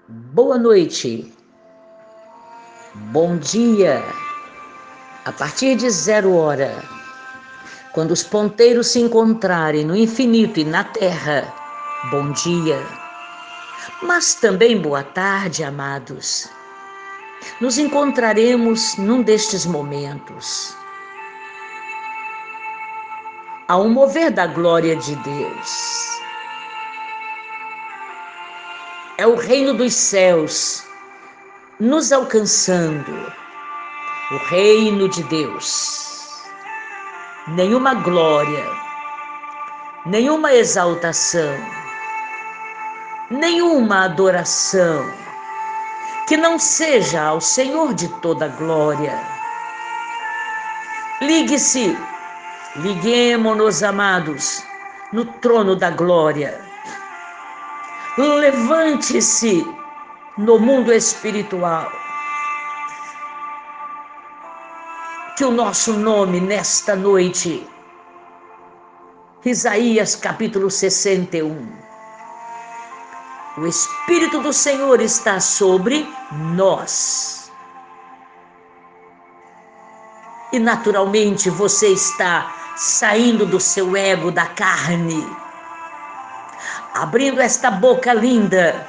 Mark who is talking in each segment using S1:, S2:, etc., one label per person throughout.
S1: Boa noite, bom dia. A partir de 0 hora, quando os ponteiros se encontrarem no infinito e na terra, bom dia. Mas também boa tarde, amados. Nos encontraremos num destes momentos. Há um mover da glória de Deus. É o reino dos céus nos alcançando. O reino de Deus. Nenhuma glória, nenhuma exaltação, nenhuma adoração que não seja ao Senhor de toda glória. Ligue-se, liguemo-nos, amados, no trono da glória. Levante-se no mundo espiritual. Que o nosso nome nesta noite, Isaías capítulo 61. O Espírito do Senhor está sobre nós. E naturalmente você está saindo do seu ego da carne, abrindo esta boca linda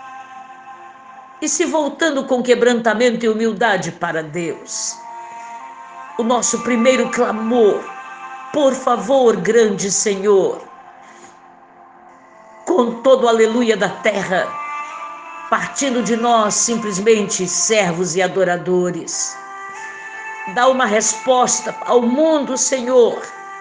S1: e se voltando com quebrantamento e humildade para Deus. O nosso primeiro clamor: por favor, grande Senhor, com todo o aleluia da terra, partindo de nós simplesmente servos e adoradores, dá uma resposta ao mundo, Senhor.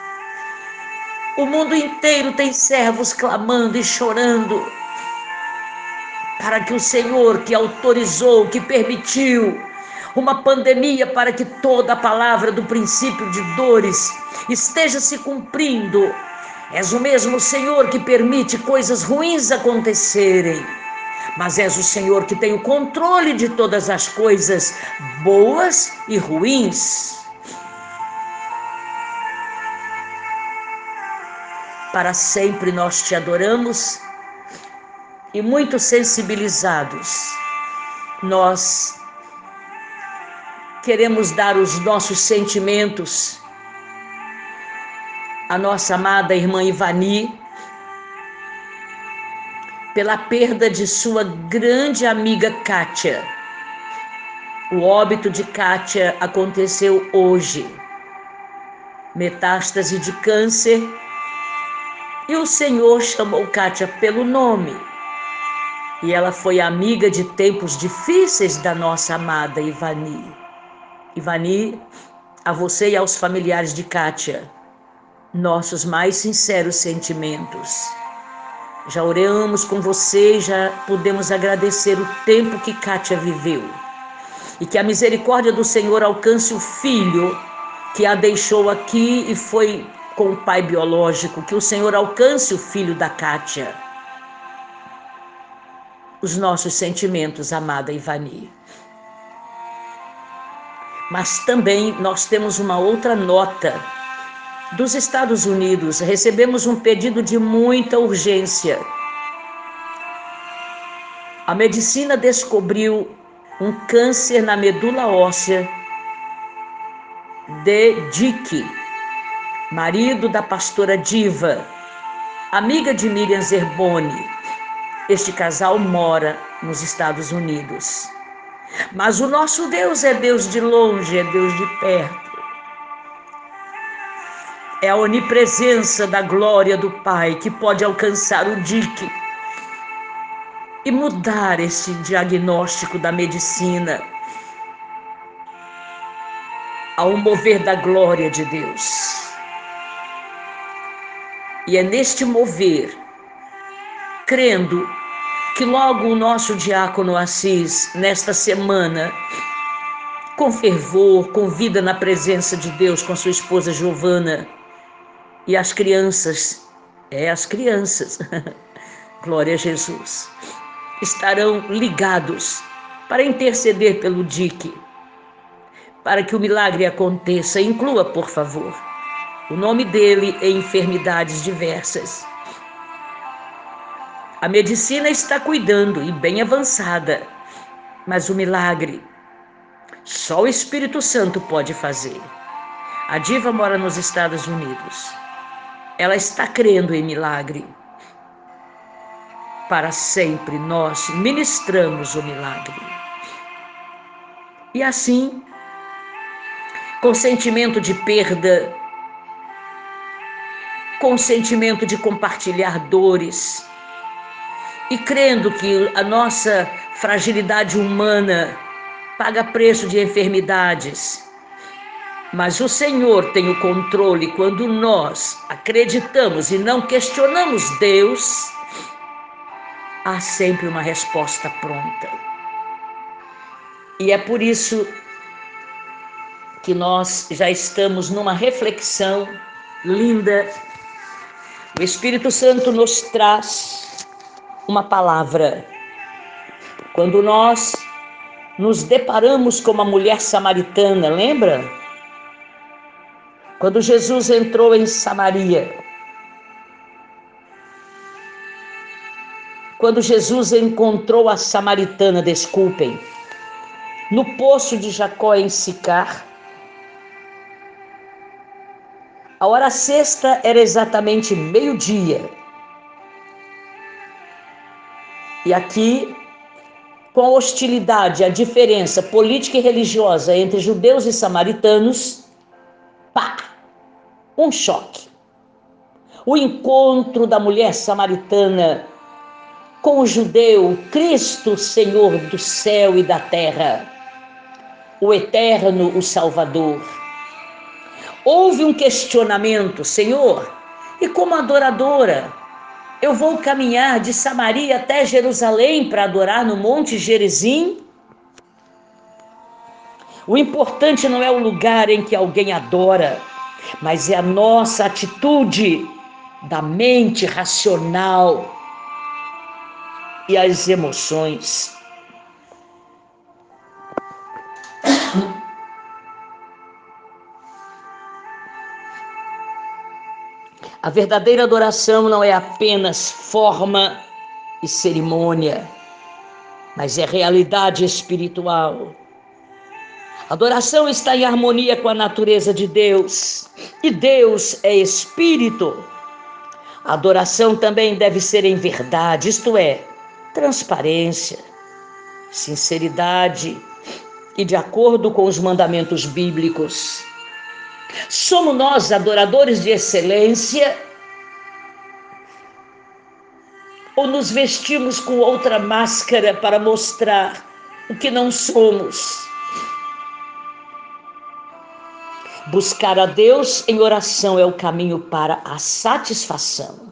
S1: O mundo inteiro tem servos clamando e chorando para que o Senhor, que autorizou, que permitiu uma pandemia, para que toda a palavra do princípio de dores esteja se cumprindo. És o mesmo Senhor que permite coisas ruins acontecerem, mas és o Senhor que tem o controle de todas as coisas, boas e ruins. Para sempre nós te adoramos e muito sensibilizados, nós queremos dar os nossos sentimentos à nossa amada irmã Ivani, pela perda de sua grande amiga Kátia. O óbito de Kátia aconteceu hoje. Metástase de câncer. E o Senhor chamou Kátia pelo nome. E ela foi amiga de tempos difíceis da nossa amada Ivani. Ivani, a você e aos familiares de Kátia, nossos mais sinceros sentimentos. Já oramos com você, já podemos agradecer o tempo que Kátia viveu. E que a misericórdia do Senhor alcance o filho que a deixou aqui e foi com o pai biológico. Que o Senhor alcance o filho da Kátia. Os nossos sentimentos, amada Ivani. Mas também nós temos uma outra nota dos Estados Unidos. Recebemos um pedido de muita urgência. A medicina descobriu um câncer na medula óssea de Dick, marido da pastora Diva, amiga de Miriam Zerboni. Este casal mora nos Estados Unidos. Mas o nosso Deus é Deus de longe, é Deus de perto. É a onipresença da glória do Pai que pode alcançar o Dick e mudar esse diagnóstico da medicina ao mover da glória de Deus. E é neste mover, crendo que logo o nosso diácono Assis, nesta semana, com fervor, convida na presença de Deus com sua esposa Giovana e as crianças, glória a Jesus, estarão ligados para interceder pelo Dick, para que o milagre aconteça. Inclua, por favor, o nome dele em enfermidades diversas. A medicina está cuidando e bem avançada, mas o milagre só o Espírito Santo pode fazer. A Diva mora nos Estados Unidos. Ela está crendo em milagre. Para sempre nós ministramos o milagre. E assim, com sentimento de perda, com sentimento de compartilhar dores, e crendo que a nossa fragilidade humana paga preço de enfermidades, mas o Senhor tem o controle. Quando nós acreditamos e não questionamos Deus, há sempre uma resposta pronta. E é por isso que nós já estamos numa reflexão linda. O Espírito Santo nos traz uma palavra. Quando nós nos deparamos com uma mulher samaritana, lembra? Quando Jesus entrou em Samaria, quando Jesus encontrou a samaritana, no poço de Jacó em Sicar, a hora sexta era exatamente meio-dia. E aqui, com a hostilidade, a diferença política e religiosa entre judeus e samaritanos, um choque. O encontro da mulher samaritana com o judeu, Cristo, Senhor do céu e da terra, o eterno, o Salvador. Houve um questionamento: Senhor, e como adoradora, eu vou caminhar de Samaria até Jerusalém para adorar no Monte Gerizim? O importante não é o lugar em que alguém adora, mas é a nossa atitude da mente racional e as emoções. A verdadeira adoração não é apenas forma e cerimônia, mas é realidade espiritual. Adoração está em harmonia com a natureza de Deus, e Deus é espírito. A adoração também deve ser em verdade, isto é, transparência, sinceridade e de acordo com os mandamentos bíblicos. Somos nós adoradores de excelência ou nos vestimos com outra máscara para mostrar o que não somos? Buscar a Deus em oração é o caminho para a satisfação.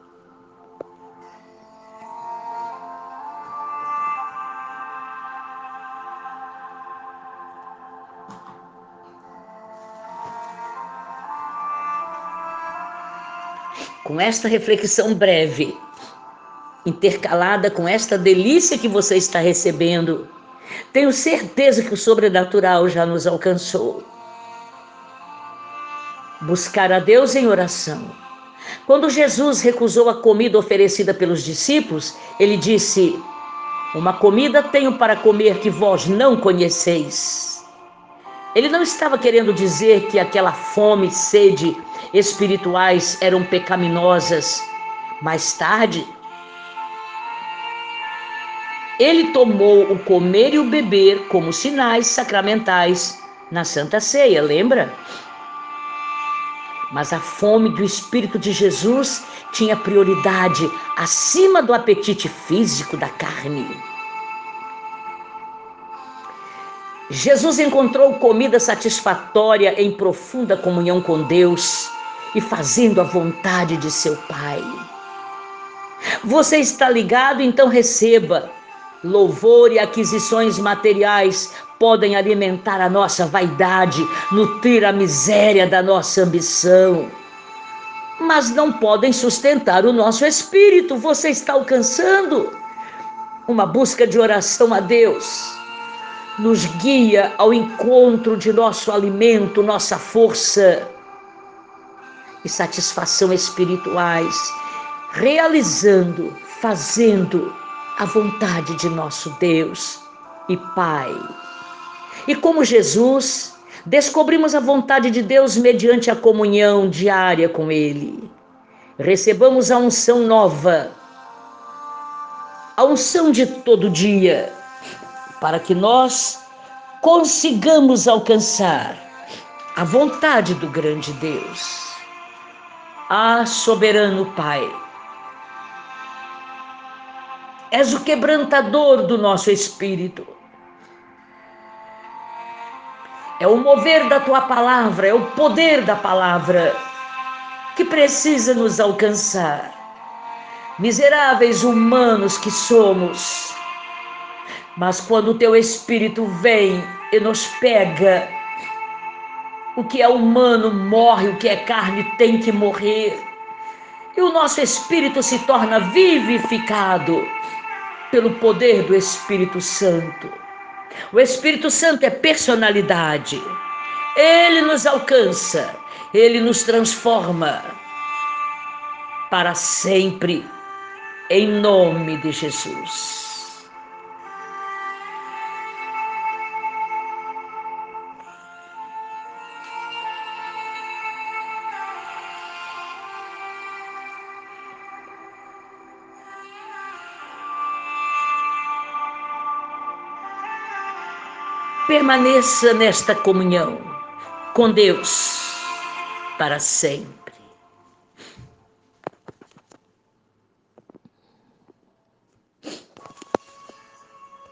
S1: Com esta reflexão breve, intercalada com esta delícia que você está recebendo, tenho certeza que o sobrenatural já nos alcançou. Buscar a Deus em oração. Quando Jesus recusou a comida oferecida pelos discípulos, ele disse: uma comida tenho para comer que vós não conheceis. Ele não estava querendo dizer que aquela fome e sede espirituais eram pecaminosas. Mais tarde, ele tomou o comer e o beber como sinais sacramentais na Santa Ceia, lembra? Mas a fome do Espírito de Jesus tinha prioridade acima do apetite físico da carne. Jesus encontrou comida satisfatória em profunda comunhão com Deus e fazendo a vontade de seu Pai. Você está ligado? Então receba. Louvor e aquisições materiais podem alimentar a nossa vaidade, nutrir a miséria da nossa ambição, mas não podem sustentar o nosso espírito. Você está alcançando uma busca de oração a Deus. Nos guia ao encontro de nosso alimento, nossa força e satisfação espirituais, realizando fazendo a vontade de nosso Deus e Pai. E como Jesus, descobrimos a vontade de Deus mediante a comunhão diária com Ele. Recebamos a unção nova, a unção de todo dia, para que nós consigamos alcançar a vontade do grande Deus. Ah, soberano Pai, és o quebrantador do nosso espírito. É o mover da tua palavra, é o poder da palavra que precisa nos alcançar. Miseráveis humanos que somos, mas quando o teu Espírito vem e nos pega, o que é humano morre, o que é carne tem que morrer. E o nosso espírito se torna vivificado pelo poder do Espírito Santo. O Espírito Santo é personalidade. Ele nos alcança, ele nos transforma para sempre, em nome de Jesus. Permaneça nesta comunhão com Deus para sempre.